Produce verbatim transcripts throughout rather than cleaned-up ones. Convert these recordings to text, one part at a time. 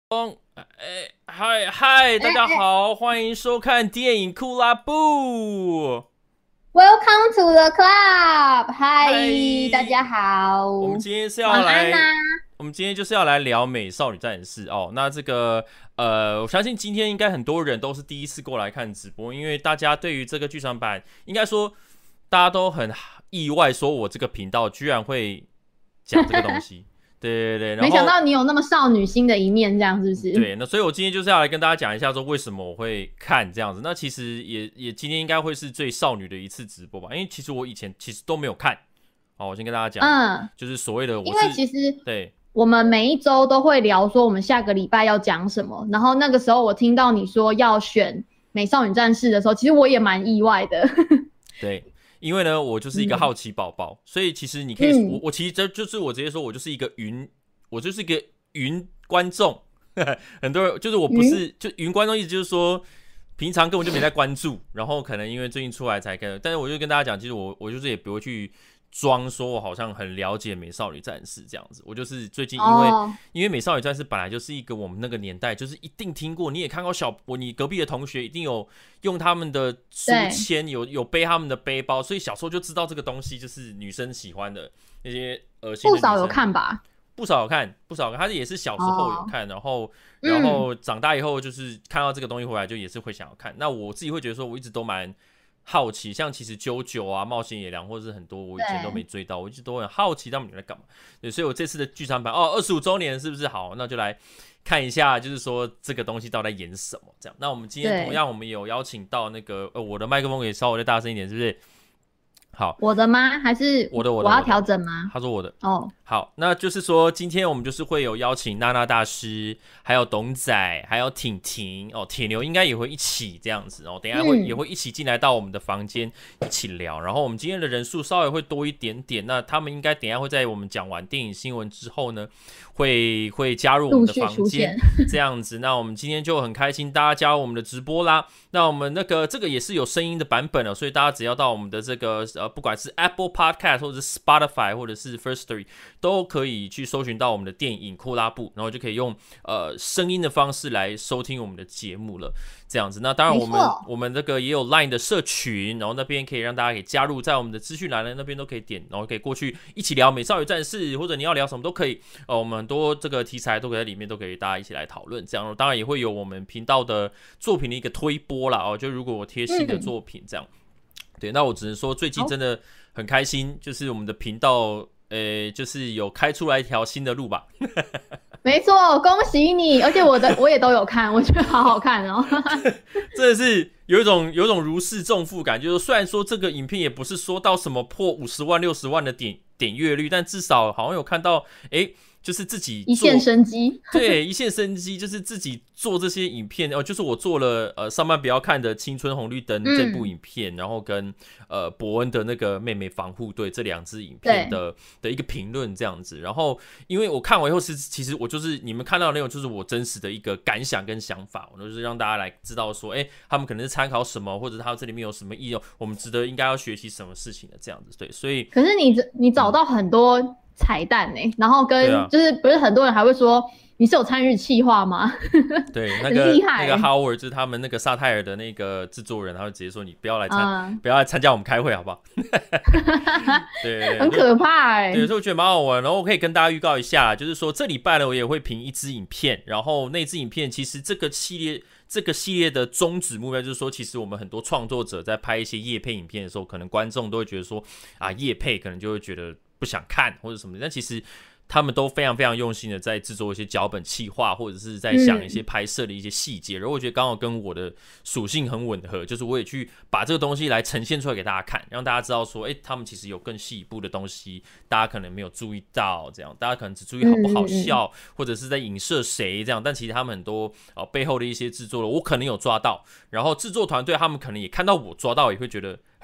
哎，嗨嗨，大家好，欢迎收看电影库拉布。 Welcome to the club，嗨， 嗨， 大家好， 我们今天是要晚安呐、 来，我们今天就是要来聊《美少女战士》哦。那这个呃，我相信今天应该很多人都是第一次过来看直播，因为大家对于这个剧场版，应该说大家都很意外，说我这个频道居然会讲这个东西。对对对，然后没想到你有那么少女心的一面，这样是不是？ 对，那所以我今天就是要来跟大家讲一下，说为什么我会看这样子。那其实也也今天应该会是最少女的一次直播吧，因为其实我以前其实都没有看。好，我先跟大家讲， 嗯， 就是所谓的我因是为其实对我们每一周都会聊说我们下个礼拜要讲什么，然后那个时候我听到你说要选美少女战士的时候，其实我也蛮意外的。 对，因为呢，我就是一个嗯好奇宝宝，所以其实你可以， 嗯我我其实这就是我直接说，我就是一个云，我就是一个云观众。很多人就是我不是就云观众，意思就是说平常根本就没在关注，然后可能因为最近出来才看。但是我就跟大家讲，其实我我就是也不会去装说我好像很了解美少女战士这样子。我就是最近因为、 哦， 因为美少女战士本来就是一个我们那个年代就是一定听过，你也看过小我你隔壁的同学一定有用他们的书签，有有背他们的背包，所以小时候就知道这个东西就是女生喜欢的那些恶心的女生。 不少有看吧？ 不少有看，不少有看，他也是小时候有看，哦、然后然后长大以后就是看到这个东西回来，就也是会想要看。那我自己会觉得说，我一直都蛮好奇，像其实啾啾啊、冒险野狼，或者是很多我以前都没追到，我一直都很好奇他们在干嘛。对，所以我这次的剧场版哦，二十五周年是不是好？那就来看一下，就是说这个东西到底在演什么这样。那我们今天同样我们有邀请到那个呃，我的麦克风也稍微再大声一点，是不是？好， 我的吗？还是我的我的我要调整吗？ 他说我的哦， 好，那就是说今天我们就是会有邀请娜娜大师，还有董仔，还有婷婷哦，铁牛应该也会一起这样子哦，等一下会、嗯、也会一起进来到我们的房间一起聊。然后我们今天的人数稍微会多一点点，那他们应该等一下会在我们讲完电影新闻之后呢，会会加入我们的房间这样子。那我们今天就很开心，大家加入我们的直播啦。那我们那个这个也是有声音的版本哦，所以大家只要到我们的这个呃，不管是 Apple Podcast 或者是 Spotify 或者是 Firstory 都可以去搜寻到我们的电影库拉布，然后就可以用呃声音的方式来收听我们的节目了。这样子，那当然我们我们这个也有 Line 的社群，然后那边可以让大家给加入，在我们的资讯栏那边都可以点，然后可以过去一起聊美少女战士，或者你要聊什么都可以。呃，我们很多这个题材都可以在里面，都可以大家一起来讨论。这样，当然也会有我们频道的作品的一个推播啦。哦，就如果我贴新的作品这样，嗯、对，那我只能说最近真的很开心，就是我们的频道，呃，就是有开出来一条新的路吧。 没错，恭喜你！而且我的我也都有看，我觉得好好看哦。 真的是有一种有一种如释重负感，就是虽然说这个影片也不是说到什么破五十万、六十万的点点阅率，但至少好像有看到，哎。就是自己一线生机， 对，一线生机，就是自己做这些影片哦，就是我做了呃上班不要看的《青春红绿灯》这部影片，嗯、然后跟呃伯恩的那个妹妹防护队这两支影片的的一个评论这样子。然后因为我看完以后是其实我就是你们看到的内容就是我真实的一个感想跟想法，我就是让大家来知道说，哎，他们可能是参考什么，或者他这里面有什么意义，我们值得应该要学习什么事情的这样子。对，所以可是你你找到很多。嗯彩蛋呢、欸，然后跟、啊、就是不是很多人还会说你是有参与企划吗？ 对，那个那个 Howard 就是他们那个萨泰尔的那个制作人，他会直接说你不要来参、嗯、不要来参加我们开会好不好？对, 对, 对， 很可怕哎、欸。 对，所以我觉得蛮好玩。然后我可以跟大家预告一下，就是说这礼拜呢，我也会评一支影片，然后那支影片其实这个系列。这个系列的宗旨目标就是说，其实我们很多创作者在拍一些业配影片的时候，可能观众都会觉得说，啊，业配可能就会觉得不想看或者什么的，但其实他们都非常非常用心的在制作一些脚本企划，或者是在想一些拍摄的一些细节、嗯、然后我觉得刚好跟我的属性很吻合，就是我也去把这个东西来呈现出来给大家看，让大家知道说，哎，他们其实有更细一步的东西，大家可能没有注意到，这样大家可能只注意好不好笑、嗯、或者是在影射谁这样，但其实他们很多、呃、背后的一些制作了我可能有抓到，然后制作团队他们可能也看到我抓到，也会觉得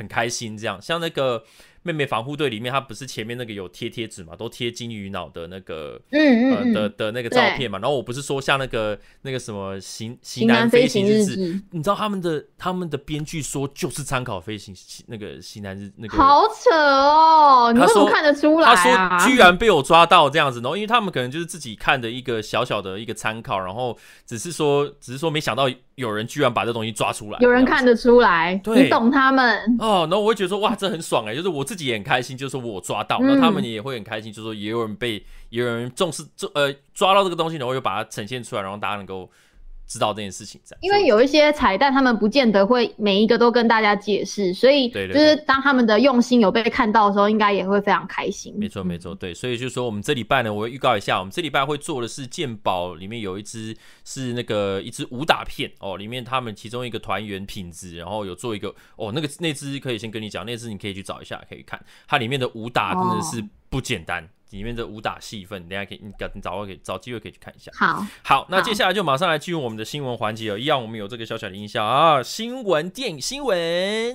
很开心这样。像那个妹妹防护队里面，她不是前面那个有贴贴纸嘛，都贴金鱼脑的那个嗯嗯嗯、 呃、的的那个照片嘛。然后我不是说像那个那个什么型型男飞行日志，你知道他们的他们的编剧说就是参考飞行那个型男日那个， 好扯哦！你为什么看得出来啊？ 他说居然被我抓到这样子，然后因为他们可能就是自己看的一个小小的一个参考，然后只是说只是说没想到有人居然把这东西抓出来， 有人看得出来，你懂他们哦。然后我会觉得说哇，这很爽哎、欸，就是我自己也很开心，就是我抓到，然后他们也会很开心，就是说也有人被也有人重视呃抓到这个东西，然后又把它呈现出来，然后大家能够知道这件事情这样。 因为有一些彩蛋他们不见得会每一个都跟大家解释，所以就是当他们的用心有被看到的时候，应该也会非常开心。 没错没错，对，所以就是说我们这礼拜呢，我会预告一下，我们这礼拜会做的是健保里面有一支是那个一支武打片哦，里面他们其中一个团员品质，然后有做一个哦，那个那支可以先跟你讲，那支你可以去找一下可以看，它里面的武打真的是不简单。哦，里面的武打戏份，等一下可以，你找可以找机会可以去看一下。 好， 好，那接下来就马上来进入我们的新闻环节哦。一样，我们有这个小小的音效啊，新闻电影新闻。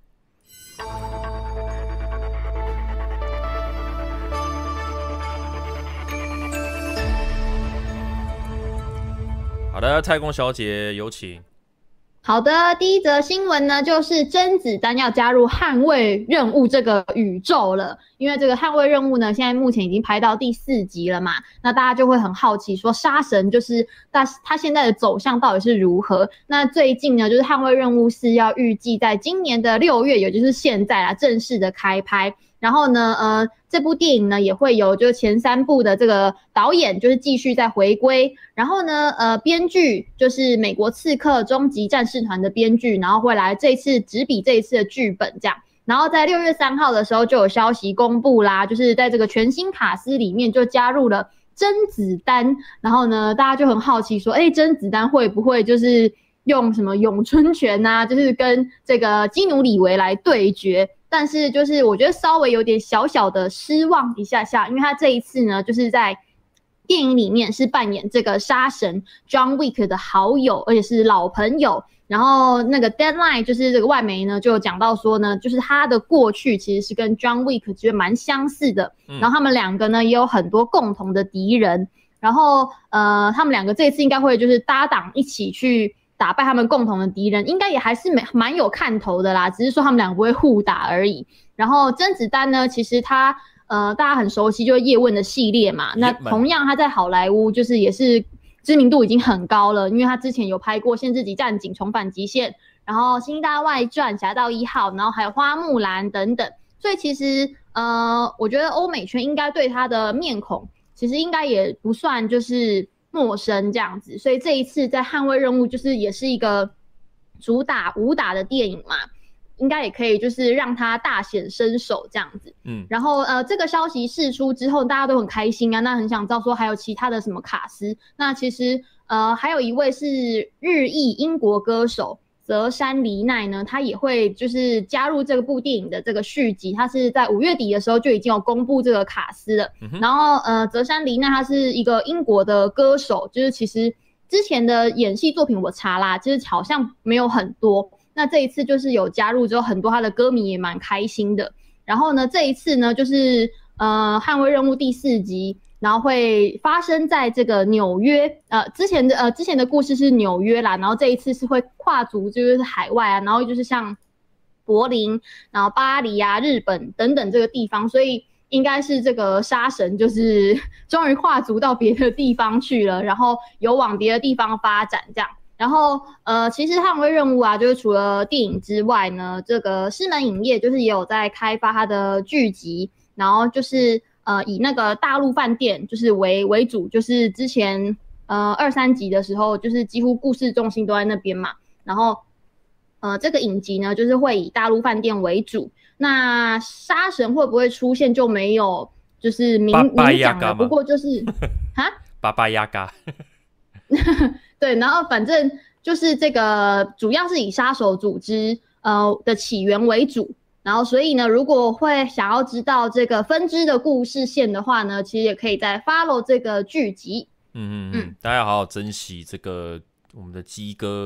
好的，太空小姐有请。 好的，第一则新闻呢，就是甄子丹要加入捍卫任务这个宇宙了。因为这个捍卫任务呢，现在目前已经拍到第四集了嘛，那大家就会很好奇说，杀神就是他他现在的走向到底是如何？那最近呢，就是捍卫任务是要预计在今年的六月，也就是现在啦，正式的开拍。然后呢，呃，这部电影呢也会有就是前三部的这个导演就是继续再回归，然后呢，呃，编剧就是美国刺客终极战士团的编剧，然后会来这次执笔这一次的剧本这样。然后在六月三号的时候就有消息公布啦，就是在这个全新卡司里面就加入了甄子丹，然后呢，大家就很好奇说，哎，甄子丹会不会就是用什么咏春拳啊，就是跟这个基努里维来对决？但是就是我觉得稍微有点小小的失望一下下，因为他这一次呢，就是在电影里面是扮演这个杀神 John Wick 的好友，而且是老朋友。然后那个 Deadline 就是这个外媒呢就讲到说呢，就是他的过去其实是跟 John Wick 觉得蛮相似的，然后他们两个呢也有很多共同的敌人，然后呃他们两个这次应该会就是搭档一起去打败他们共同的敌人，应该也还是蛮有看头的啦，只是说他们两个不会互打而已。然后甄子丹呢，其实他呃大家很熟悉就是叶问的系列嘛，那同样他在好莱坞就是也是知名度已经很高了，因为他之前有拍过《限制级战警》、《重返极限》，然后《新大外传》、《侠盗一号》，然后还有《花木兰》等等，所以其实呃我觉得欧美圈应该对他的面孔其实应该也不算就是陌生这样子，所以这一次在捍卫任务就是也是一个主打武打的电影嘛，应该也可以就是让他大显身手这样子。嗯，然后呃这个消息释出之后大家都很开心啊，那很想知道说还有其他的什么卡司，那其实呃还有一位是日裔英国歌手泽山梨奈呢，他也会就是加入这部电影的这个续集，他是在五月底的时候就已经有公布这个卡司了。嗯、然后呃，泽山梨奈他是一个英国的歌手，就是其实之前的演戏作品我查啦，就是好像没有很多。那这一次就是有加入之后，很多他的歌迷也蛮开心的。然后呢，这一次呢就是呃捍卫任务第四集。然后会发生在这个纽约，呃，之前的呃之前的故事是纽约啦，然后这一次是会跨足就是海外啊，然后就是像柏林，然后巴黎啊、日本等等这个地方，所以应该是这个杀神就是终于跨足到别的地方去了，然后有往别的地方发展这样。然后呃，其实捍卫任务啊，就是除了电影之外呢，这个狮门影业就是也有在开发它的剧集，然后就是。呃，以那个大陆饭店就是为为主，就是之前呃二三集的时候，就是几乎故事重心都在那边嘛。然后呃这个影集呢，就是会以大陆饭店为主。那杀神会不会出现就没有就是明明讲了，不过就是哈巴巴亚嘎， 对，然后反正就是这个主要是以杀手组织呃的起源为主。然后所以呢，如果会想要知道这个分支的故事线的话呢，其实也可以再 follow 这个剧集。 嗯嗯嗯，大家要好好珍惜这个我们的鸡哥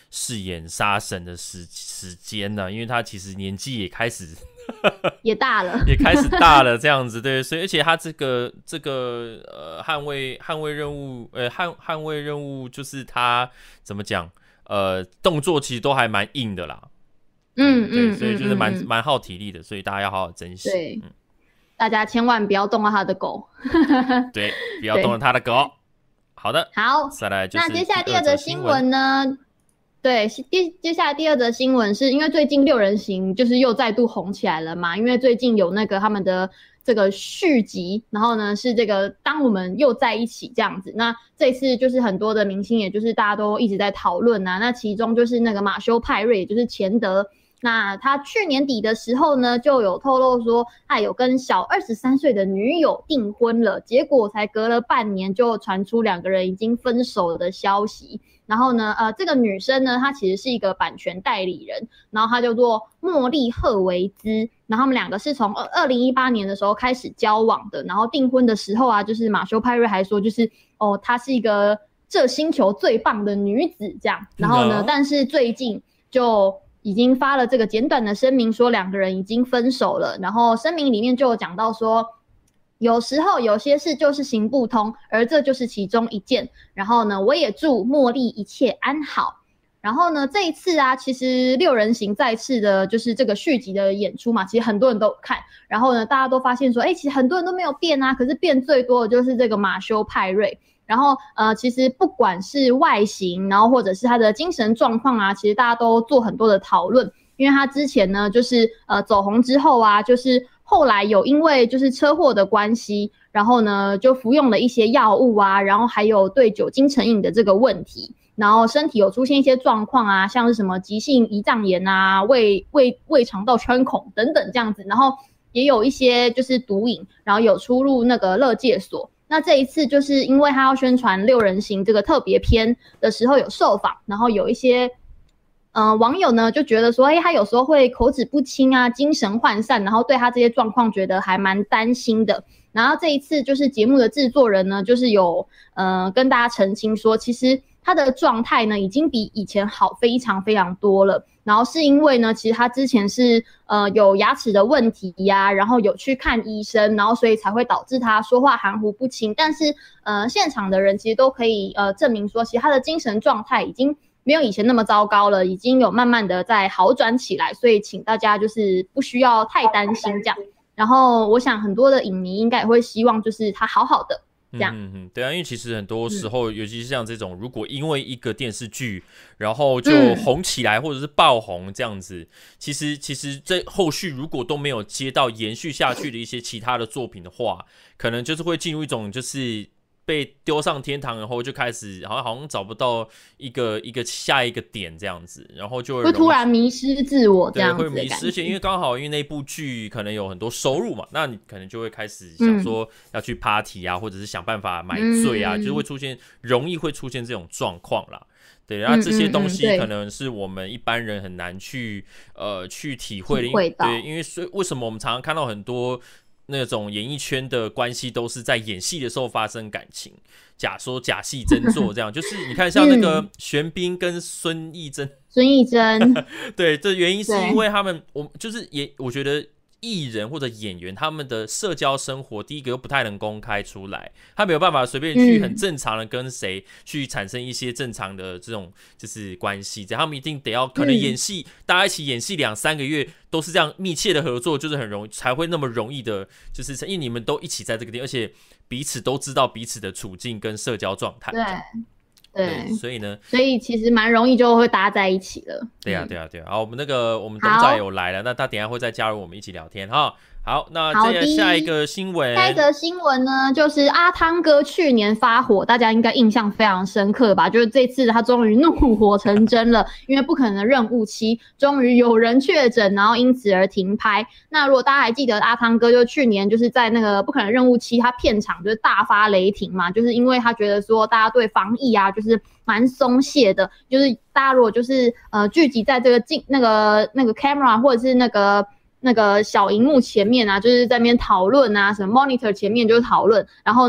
饰演杀神的时时间呢、啊，因为他其实年纪也开始也大了， 也开始大了这样子，对，所以而且他这个这个呃捍卫捍卫任务，呃捍捍卫任务就是他怎么讲，呃动作其实都还蛮硬的啦， 嗯对， 嗯， 所以就是蛮嗯蛮、嗯、耗体力的，所以大家要好好珍惜。 对， 嗯、 大家千万不要动到他的狗， 对，不要动到他的狗。好的， 好， 再来就是那接下来第二则新闻呢？对，接接下来第二则新闻是因为最近六人行就是又再度红起来了嘛，因为最近有那个他们的这个续集，然后呢是这个当我们又在一起这样子，那这次就是很多的明星，也就是大家都一直在讨论啊，那其中就是那个马修派瑞，也就是钱德。那他去年底的时候呢，就有透露说他有跟小二十三岁的女友订婚了，结果才隔了半年就传出两个人已经分手的消息。然后呢，呃，这个女生呢，她其实是一个版权代理人，然后她叫做茉莉赫维兹，然后他们两个是从二零一八年的时候开始交往的，然后订婚的时候啊，就是马修派瑞还说，就是哦，她是一个这星球最棒的女子这样。然后呢，但是最近就已经发了这个简短的声明，说两个人已经分手了。然后声明里面就有讲到说，有时候有些事就是行不通，而这就是其中一件。然后呢，我也祝茉莉一切安好。然后呢，这一次啊，其实六人行再次的就是这个续集的演出嘛，其实很多人都有看。然后呢，大家都发现说，哎，其实很多人都没有变啊，可是变最多的就是这个马修派瑞。然后呃，其实不管是外形，然后或者是他的精神状况啊，其实大家都做很多的讨论。因为他之前呢，就是呃走红之后啊，就是后来有因为就是车祸的关系，然后呢就服用了一些药物啊，然后还有对酒精成瘾的这个问题，然后身体有出现一些状况啊，像是什么急性胰脏炎啊、胃胃胃肠道穿孔等等这样子，然后也有一些就是毒瘾，然后有出入那个勒戒所。那这一次就是因为他要宣传六人行这个特别篇的时候有受访，然后有一些呃网友呢就觉得说，哎，他有时候会口齿不清啊，精神涣散，然后对他这些状况觉得还蛮担心的。然后这一次就是节目的制作人呢，就是有呃跟大家澄清说，其实他的状态呢已经比以前好非常非常多了。然后是因为呢，其实他之前是呃有牙齿的问题呀、啊，然后有去看医生，然后所以才会导致他说话含糊不清。但是呃现场的人其实都可以呃证明说，其实他的精神状态已经没有以前那么糟糕了，已经有慢慢的在好转起来。所以请大家就是不需要太担心这样。然后我想很多的影迷应该也会希望就是他好好的。这样嗯嗯，对啊，因为其实很多时候，嗯、尤其是像这种，如果因为一个电视剧，然后就红起来，或者是爆红这样子，嗯、其实其实这后续如果都没有接到延续下去的一些其他的作品的话，可能就是会进入一种就是被丢上天堂，然后就开始好像好像找不到一个一个下一个点这样子，然后就会, 会突然迷失自我这样子的感觉， 对，会迷失，而且因为刚好因为那部剧可能有很多收入嘛，那你可能就会开始想说要去 party 啊，嗯、或者是想办法买醉啊，嗯、就是会出现容易会出现这种状况啦。对，然后这些东西可能是我们一般人很难去呃去体会的， 会对，因为为什么我们常常看到很多那种演艺圈的关系都是在演戏的时候发生感情，假说假戏真做这样，就是你看像那个玄彬跟孙艺珍， 孙艺珍， 对，这原因是因为他们，我就是也我觉得艺人或者演员他们的社交生活，第一个又不太能公开出来，他没有办法随便去很正常的跟谁去产生一些正常的这种就是关系，这样他们一定得要可能演戏，嗯、大家一起演戏两三个月。都是这样密切的合作，就是很容易才会那么容易的，就是因为你们都一起在这个地方，而且彼此都知道彼此的处境跟社交状态。 对对， 所以呢， 所以其实蛮容易就会搭在一起了。 对呀、啊、对呀、啊、对呀、啊。好，我们那个我们董仔有来了，那他等一下会再加入我们一起聊天哈。好，那接下一个新闻， 下一则新闻呢，就是阿汤哥去年发火，大家应该印象非常深刻吧？就是这次他终于怒火成真了，因为不可能的任务期终于有人确诊，然后因此而停拍。那如果大家还记得阿汤哥，就去年就是在那个不可能任务期，他片场就是大发雷霆嘛，就是因为他觉得说大家对防疫啊，就是蛮松懈的，就是大家如果就是呃聚集在这个镜那个那个 camera 或者是那个。那个小荧幕前面啊，就是在那边讨论啊，什么 monitor 前面就是讨论，然后呢，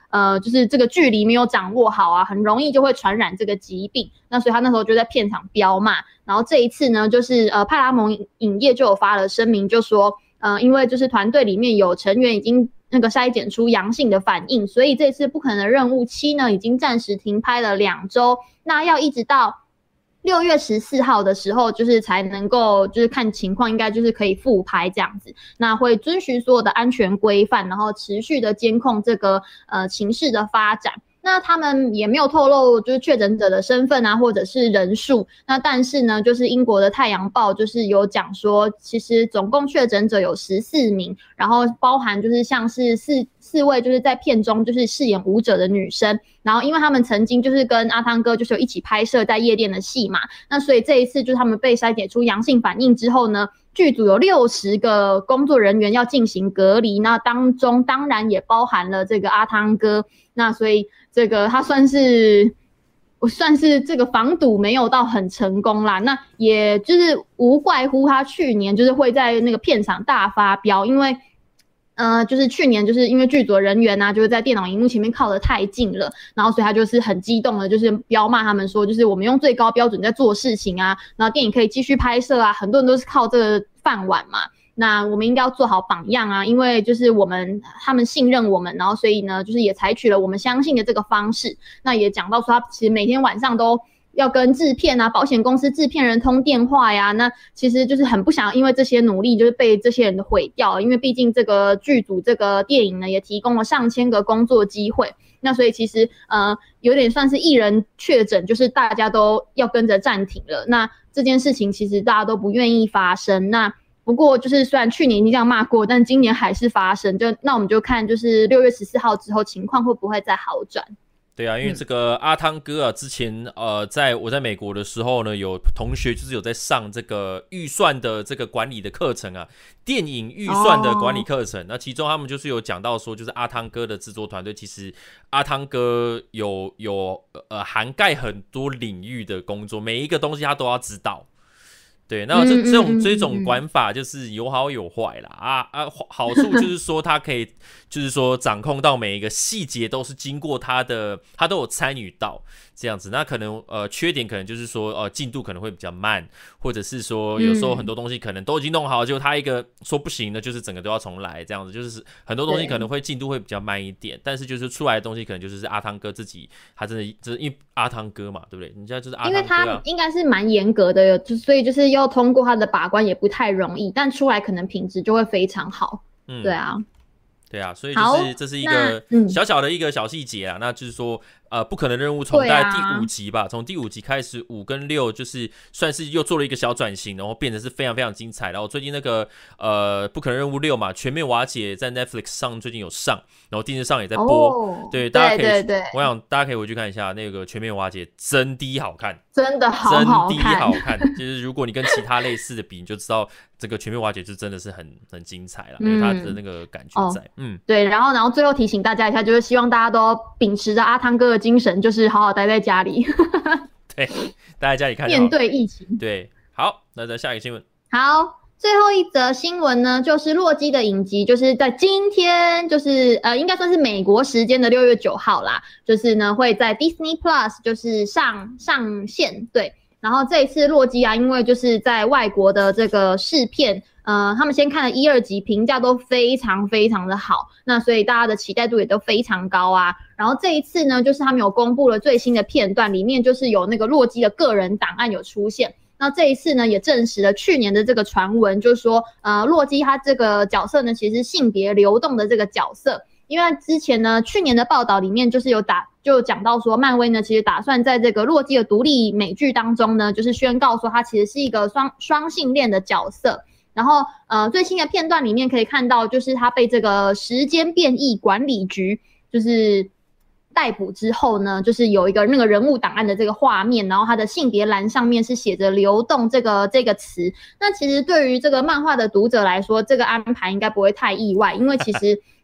呃，就是这个距离没有掌握好啊，很容易就会传染这个疾病。那所以他那时候就在片场飙骂。然后这一次呢，就是呃派拉蒙影业就有发了声明，就说呃因为就是团队里面有成员已经那个筛检出阳性的反应，所以这次不可能的任务七呢已经暂时停拍了两周，那要一直到六月十四号的时候，就是才能够就是看情况，应该就是可以复拍这样子。那会遵循所有的安全规范，然后持续的监控这个呃情势的发展。那他们也没有透露就是确诊者的身份啊，或者是人数。那但是呢，就是英国的太阳报就是有讲说，其实总共确诊者有十四名，然后包含就是像是四四位就是在片中就是饰演舞者的女生。然后因为他们曾经就是跟阿汤哥就是有一起拍摄在夜店的戏嘛，那所以这一次就是他们被筛检出阳性反应之后呢，剧组有六十个工作人员要进行隔离，那当中当然也包含了这个阿汤哥。那所以这个他算是我算是这个防堵没有到很成功啦，那也就是无怪乎他去年就是会在那个片场大发飙，因为呃，就是去年就是因为剧组的人员啊，就是在电脑荧幕前面靠得太近了，然后所以他就是很激动的，就是飙骂他们说，就是我们用最高标准在做事情啊，然后电影可以继续拍摄啊，很多人都是靠这个饭碗嘛，那我们应该要做好榜样啊，因为就是我们他们信任我们，然后所以呢，就是也采取了我们相信的这个方式。那也讲到说，他其实每天晚上都要跟制片啊、保险公司制片人通电话呀，那其实就是很不想因为这些努力就是被这些人毁掉，因为毕竟这个剧组这个电影呢也提供了上千个工作机会，那所以其实呃有点算是艺人确诊，就是大家都要跟着暂停了。那这件事情其实大家都不愿意发生，那不过就是虽然去年已经这样骂过，但今年还是发生，就那我们就看就是六月十四号之后情况会不会再好转。 对啊，因为这个阿汤哥啊，之前呃，在我在美国的时候呢，有同学就是有在上这个预算的这个管理的课程啊，电影预算的管理课程。Oh. 那其中他们就是有讲到说，就是阿汤哥的制作团队，其实阿汤哥有有呃涵盖很多领域的工作，每一个东西他都要知道。对，那这这种这种管法就是有好有坏啦啊啊，好处就是说他可以就是说掌控到每一个细节都是经过他的，他都有参与到这样子。那可能呃缺点可能就是说呃进度可能会比较慢，或者是说有时候很多东西可能都已经弄好，结果他一个说不行的，就是整个都要重来这样子，就是很多东西可能会进度会比较慢一点，但是就是出来的东西可能就是阿汤哥自己他真的就是因为阿汤哥嘛，对不对？人家就是阿汤哥、啊， 因为他应该是蛮严格的，就所以就是要通过他的把关也不太容易，但出来可能品质就会非常好。嗯，对啊， 对啊，所以就是这是一个小小的一个小细节啊，那就是说。呃，不可能任务从大概第五集吧，从、啊、第五集开始，五跟六就是算是又做了一个小转型，然后变得是非常非常精彩。然后最近那个呃，不可能任务六嘛，全面瓦解在 Netflix 上最近有上，然后电视上也在播，哦、对，大家可以， 对对对， 我想大家可以回去看一下那个全面瓦解，真的好看， 真的好好看， 真的好看。就是如果你跟其他类似的比，你就知道这个全面瓦解就真的是很很精彩了，因为它的那个感觉在，嗯， 嗯对。然后然后最后提醒大家一下，就是希望大家都秉持着阿汤哥的精神，就是好好待在家里。 对，待在家里看面对疫情。 对，好，那再下一个新闻。 好，最后一则新闻呢，就是洛基的影集，就是在今天，就是呃，应该算是美国时间的六月九号啦，就是呢会在 Disney Plus 就是上上线。对，然后这一次洛基啊，因为就是在外国的这个试片。呃，他们先看了一二集，评价都非常非常的好，那所以大家的期待度也都非常高啊。然后这一次呢，就是他们有公布了最新的片段，里面就是有那个洛基的个人档案有出现。那这一次呢，也证实了去年的这个传闻，就是说，呃，洛基他这个角色呢，其实性别流动的这个角色，因为之前呢，去年的报道里面就是有打。就讲到说，漫威呢其实打算在这个洛基的独立美剧当中呢，就是宣告说他其实是一个双双性恋的角色。然后呃最新的片段里面可以看到，就是他被这个时间变异管理局就是逮捕之后呢，就是有一个那个人物档案的这个画面，然后他的性别栏上面是写着流动这个这个词。那其实对于这个漫画的读者来说，这个安排应该不会太意外，因为其实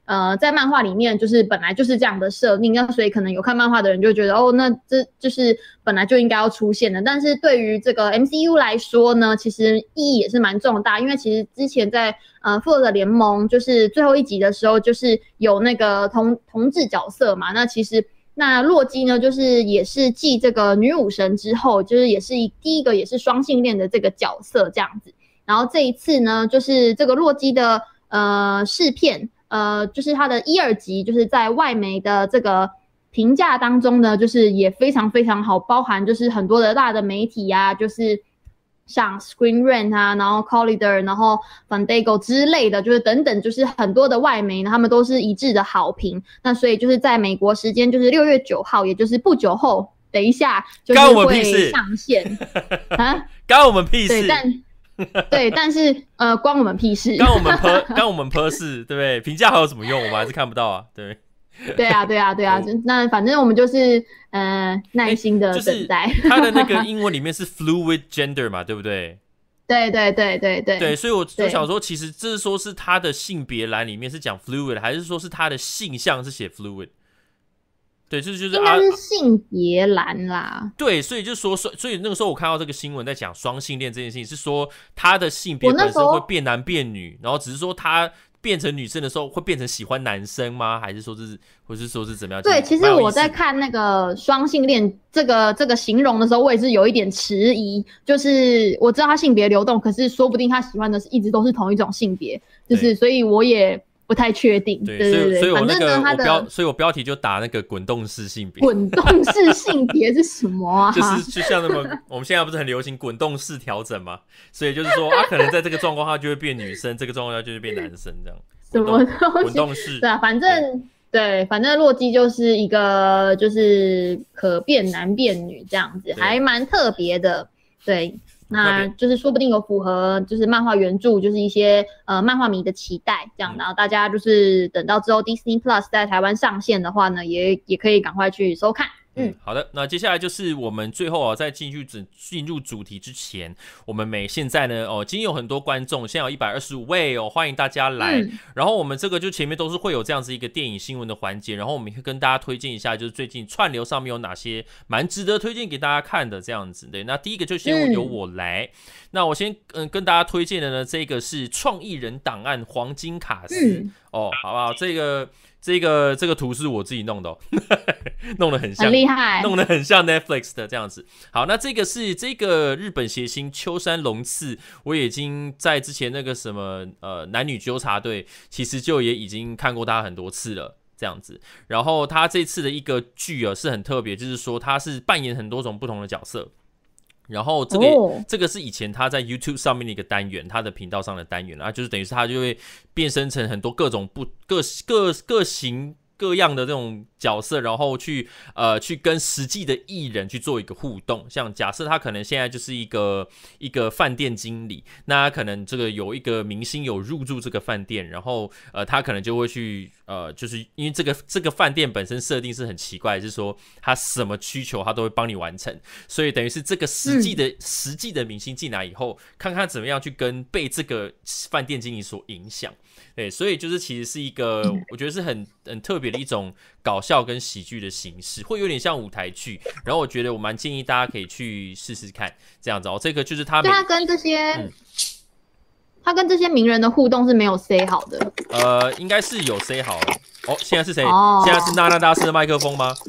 呃，在漫画里面就是本来就是这样的设定，那所以可能有看漫画的人就觉得哦，那这就是本来就应该要出现的。但是对于这个 M C U 来说呢，其实意义也是蛮重大，因为其实之前在呃复仇者联盟就是最后一集的时候，就是有那个同同志角色嘛，那其实那洛基呢，就是也是继这个女武神之后，就是也是一第一个也是双性恋的这个角色这样子。然后这一次呢，就是这个洛基的呃试片。呃，就是他的一二集，就是在外媒的这个评价当中呢，就是也非常非常好，包含就是很多的大的媒体啊，就是像 Screen Rant 啊，然后 Collider， 然后 Fandango 之类的，就是等等，就是很多的外媒呢，他们都是一致的好评。那所以就是在美国时间就是六月九号，也就是不久后，等一下就是会上线啊，干我们屁事。 对，但对，但是呃，关我们屁事。 干我们泼，干我们泼事，对不对？评价还有什么用？我们还是看不到啊，对。 对啊，对啊，对啊，那反正我们就是呃耐心的等待。 就是、它的那个英文里面是 fluid gender 嘛，对不对？ 对对对对对。 对，所以我就想说，其实这是说是他的性别栏里面是讲 fluid， 还是说是他的性向是写 fluid？对，这就是应该是性别栏啦、啊。 对，所以就说，所以那个时候我看到这个新闻在讲双性恋这件事情，是说他的性别本身会变男变女，然后只是说他变成女生的时候会变成喜欢男生吗？还是说是，或是说是怎么样？ 对，其实我在看那个双性恋这个这个形容的时候，我也是有一点迟疑。就是我知道他性别流动，可是说不定他喜欢的是一直都是同一种性别，就是所以我也。不太确定， 对， 对对对， 所以我那个我标，所以我标题就打那个滚动式性别。 滚动式性别是什么啊？ 就是就像那么，我们现在不是很流行滚动式调整嘛？所以就是说，啊，可能在这个状况下就会变女生，这个状况下就会变男生，这样。 什么东西？ 滚动式。 对啊，反正对，反正洛基就是一个就是可变男变女这样子，还蛮特别的，对。那就是说不定有符合就是漫画原著就是一些呃漫画迷的期待这样，然后大家就是等到之后 Disney Plus 在台湾上线的话呢，也也可以赶快去收看。嗯， 好的，那接下来就是我们最后啊，在进入主进入主题之前，我们每现在呢，哦，今天有很多观众，现在有一百二十五位哦，欢迎大家来。嗯、然后我们这个就前面都是会有这样子一个电影新闻的环节，然后我们会跟大家推荐一下，就是最近串流上面有哪些蛮值得推荐给大家看的这样子。对，那第一个就先由我来，嗯、那我先嗯跟大家推荐的呢，这个是创意人档案黄金卡司、嗯、哦，好不好？这个。这个这个图是我自己弄的、哦，弄得很像， 很厉害， 弄得很像 Netflix 的这样子。好，那这个是这个日本谐星秋山龙次，我已经在之前那个什么呃男女纠察队，其实就也已经看过他很多次了。这样子，然后他这次的一个剧啊是很特别，就是说他是扮演很多种不同的角色。然后这个、oh. 这个是以前他在 YouTube 上面的一个单元，他的频道上的单元啊，就是等于是他就会变身成很多各种不各各各型各样的这种角色，然后去呃去跟实际的艺人去做一个互动。像假设他可能现在就是一个一个饭店经理，那他可能这个有一个明星有入住这个饭店，然后呃他可能就会去呃就是因为这个这个饭店本身设定是很奇怪，就是说他什么需求他都会帮你完成，所以等于是这个实际的、嗯、实际的明星进来以后，看看怎么样去跟被这个饭店经理所影响。对，所以就是其实是一个我觉得是很很特别的一种搞笑跟喜剧的形式，会有点像舞台剧。然后我觉得我蛮建议大家可以去试试看这样子哦。这个就是他， 对他跟这些、嗯、他跟这些名人的互动是没有 say 好的。 呃，应该是有 say 好了。哦，现在是谁？哦、现在是娜娜大师的麦克风吗？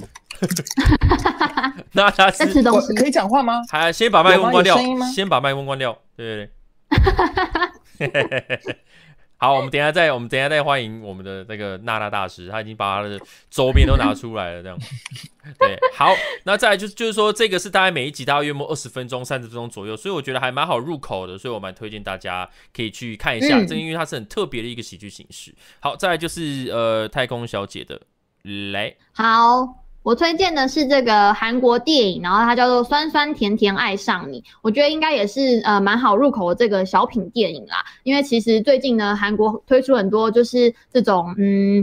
娜娜大师在吃东西， 可以讲话吗？ 还先把麦克风关掉，先把麦克风关掉。对对对。好，我们等一下再，我们等一下再欢迎我们的那个娜娜大师，他已经把他的周边都拿出来了，这样。对，好，那再来就是就是说，这个是大概每一集大概约莫二十分钟、三十分钟左右，所以我觉得还蛮好入口的，所以我蛮推荐大家可以去看一下，嗯、这因为它是很特别的一个喜剧形式。好，再来就是呃太空小姐的来， 好。我推荐的是这个韩国电影，然后它叫做《酸酸甜甜爱上你》，我觉得应该也是呃蛮好入口的这个小品电影啦。因为其实最近呢，韩国推出很多就是这种嗯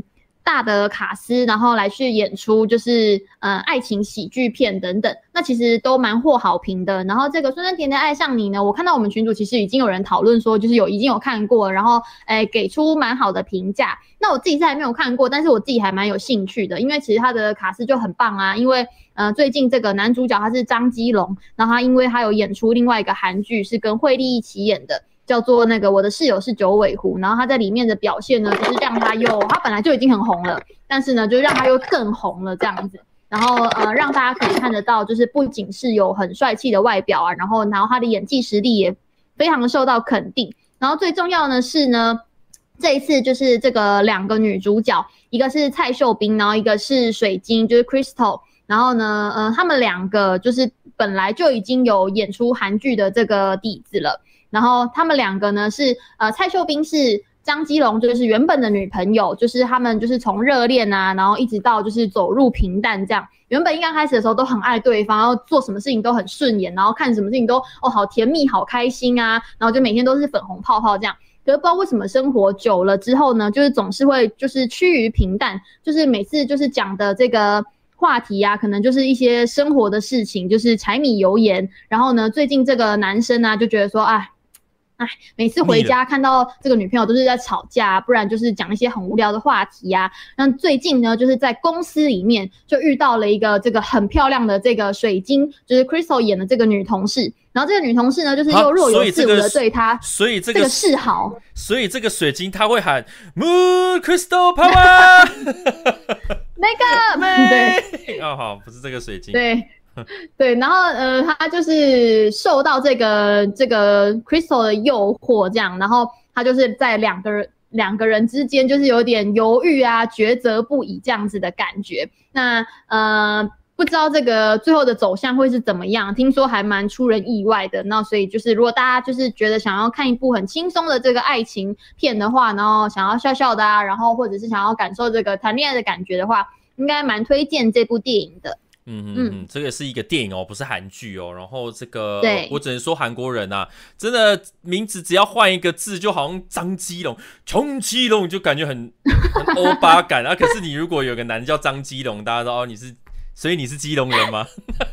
大的卡司，然后来去演出就是呃爱情喜剧片等等，那其实都蛮获好评的。然后这个酸酸甜甜爱上你呢，我看到我们群组其实已经有人讨论说，就是有已经有看过，然后诶给出蛮好的评价。那我自己是还没有看过，但是我自己还蛮有兴趣的，因为其实他的卡司就很棒啊。因为呃最近这个男主角他是张基龙，然后他因为他有演出另外一个韩剧是跟惠利一起演的，叫做那个我的室友是九尾狐，然后他在里面的表现呢，就是让他又他本来就已经很红了，但是呢就让他又更红了这样子。然后呃让大家可以看得到，就是不仅是有很帅气的外表啊，然后然后他的演技实力也非常的受到肯定。然后最重要的是呢，这一次就是这个两个女主角，一个是蔡秀彬，然后一个是水晶，就是 Crystal。然后呢，呃，他们两个就是本来就已经有演出韩剧的这个底子了。然后他们两个呢是，呃，蔡秀彬是张基龙就是原本的女朋友，就是他们就是从热恋啊，然后一直到就是走入平淡这样。原本一刚开始的时候都很爱对方，然后做什么事情都很顺眼，然后看什么事情都哦好甜蜜好开心啊，然后就每天都是粉红泡泡这样。可是不知道为什么生活久了之后呢，就是总是会就是趋于平淡，就是每次就是讲的这个话题啊，可能就是一些生活的事情，就是柴米油盐。然后呢，最近这个男生啊就觉得说，哎。哎，每次回家看到这个女朋友都是在吵架，不然就是讲一些很无聊的话题啊。那最近呢，就是在公司里面就遇到了一个这个很漂亮的这个水晶，就是 Crystal 演的这个女同事。然后这个女同事呢，就是又若有似无的对她， 所以这个示好。 所以这个水晶她会喊 Moon Crystal Power， 那个对， 哦好，不是这个水晶， 对。对，然后呃，他就是受到这个这个 Crystal 的诱惑，这样，然后他就是在两个人两个人之间就是有点犹豫啊，抉择不已这样子的感觉。那呃，不知道这个最后的走向会是怎么样？听说还蛮出人意外的。那所以就是，如果大家就是觉得想要看一部很轻松的这个爱情片的话，然后想要笑笑的啊，然后或者是想要感受这个谈恋爱的感觉的话，应该蛮推荐这部电影的。 嗯嗯嗯，这个是一个电影哦，不是韩剧哦。然后这个， 对， 我只能说韩国人啊，真的名字只要换一个字，就好像张基龙、冲基龙，就感觉很很欧巴感啊。可是你如果有个男的叫张基龙，大家都哦你是，所以你是基隆人吗？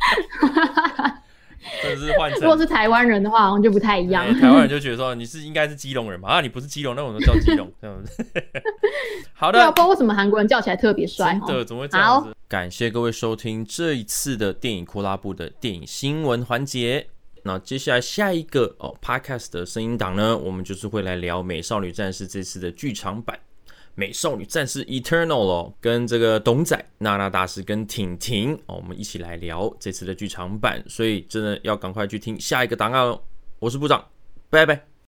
真的是换成， 如果是台湾人的话，好像就不太一样。 台湾人就觉得说你是应该是基隆人嘛，啊，你不是基隆，那我们都叫基隆。这样子。好的， 不知道为什么韩国人叫起来特别帅， 真的怎么会这样子？感谢各位收听这一次的电影库拉部的电影新闻环节。那接下来下一个哦 Podcast 的声音档呢，我们就是会来聊《美少女战士》这次的剧场版。美少女战士 Eternal 哦，跟这个董仔、娜娜大师跟婷婷哦，我们一起来聊这次的剧场版，所以真的要赶快去听下一个档案哦。我是部长，拜拜。